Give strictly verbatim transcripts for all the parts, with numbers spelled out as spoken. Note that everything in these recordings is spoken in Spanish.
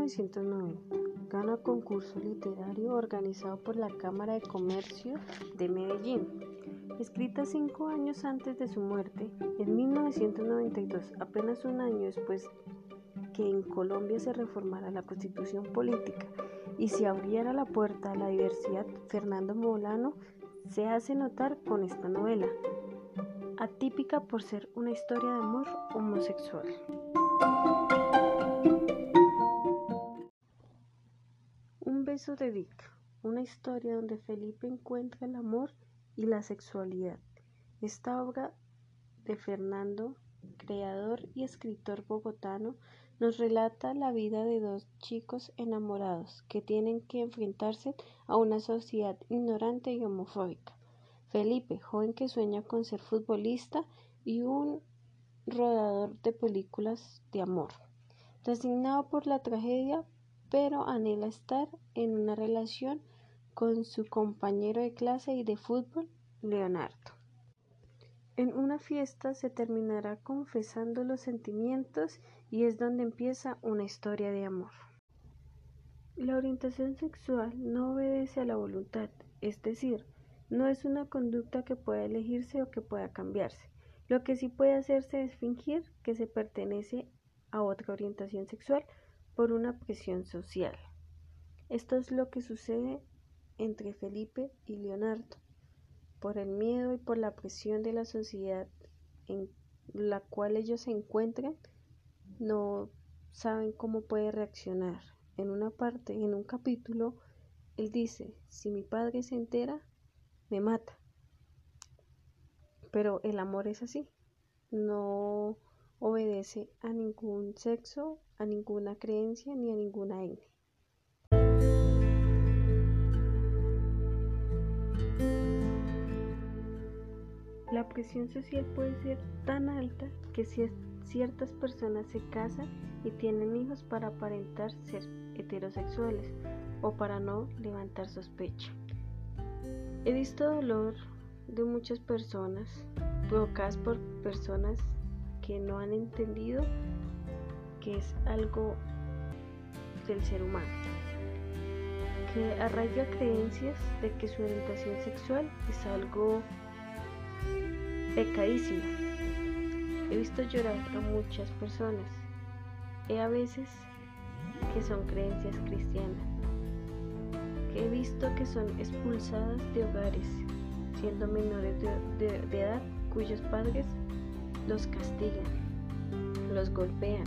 novecientos noventa, gana concurso literario organizado por la Cámara de Comercio de Medellín. Escrita cinco años antes de su muerte, en mil novecientos noventa y dos, apenas un año después que en Colombia se reformara la Constitución política y se abriera la puerta a la diversidad, Fernando Molano se hace notar con esta novela, atípica por ser una historia de amor homosexual. Un beso de Dick, una historia donde Felipe encuentra el amor y la sexualidad. Esta obra de Fernando, creador y escritor bogotano, nos relata la vida de dos chicos enamorados que tienen que enfrentarse a una sociedad ignorante y homofóbica. Felipe, joven que sueña con ser futbolista, y un rodador de películas de amor, resignado por la tragedia, pero anhela estar en una relación con su compañero de clase y de fútbol, Leonardo. En una fiesta se terminará confesando los sentimientos y es donde empieza una historia de amor. La orientación sexual no obedece a la voluntad, es decir, no es una conducta que pueda elegirse o que pueda cambiarse. Lo que sí puede hacerse es fingir que se pertenece a otra orientación sexual por una presión social. Esto es lo que sucede entre Felipe y Leonardo. Por el miedo y por la presión de la sociedad en la cual ellos se encuentran, no saben cómo puede reaccionar. En una parte, en un capítulo, él dice, si mi padre se entera, me mata. Pero el amor es así, no obedece a ningún sexo, a ninguna creencia ni a ninguna etnia. La presión social puede ser tan alta que si ciertas personas se casan y tienen hijos para aparentar ser heterosexuales o para no levantar sospecha. He visto dolor de muchas personas provocadas por personas que no han entendido que es algo del ser humano, que arraiga creencias de que su orientación sexual es algo pecadísimo. He visto llorar a muchas personas, he a veces que son creencias cristianas, que he visto que son expulsadas de hogares, siendo menores de, de, de edad, cuyos padres los castigan, los golpean.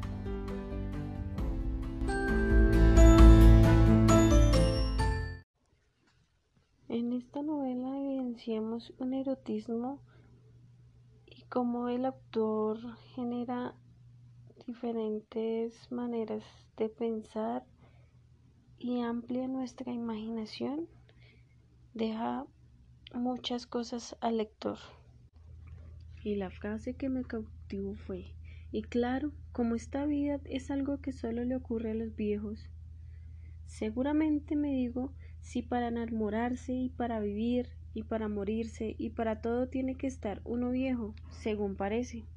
En esta novela evidenciamos un erotismo y cómo el autor genera diferentes maneras de pensar y amplia nuestra imaginación, deja muchas cosas al lector. Y la frase que me cautivó fue, y claro, como esta vida es algo que solo le ocurre a los viejos, seguramente me digo, si para enamorarse y para vivir y para morirse y para todo tiene que estar uno viejo, según parece.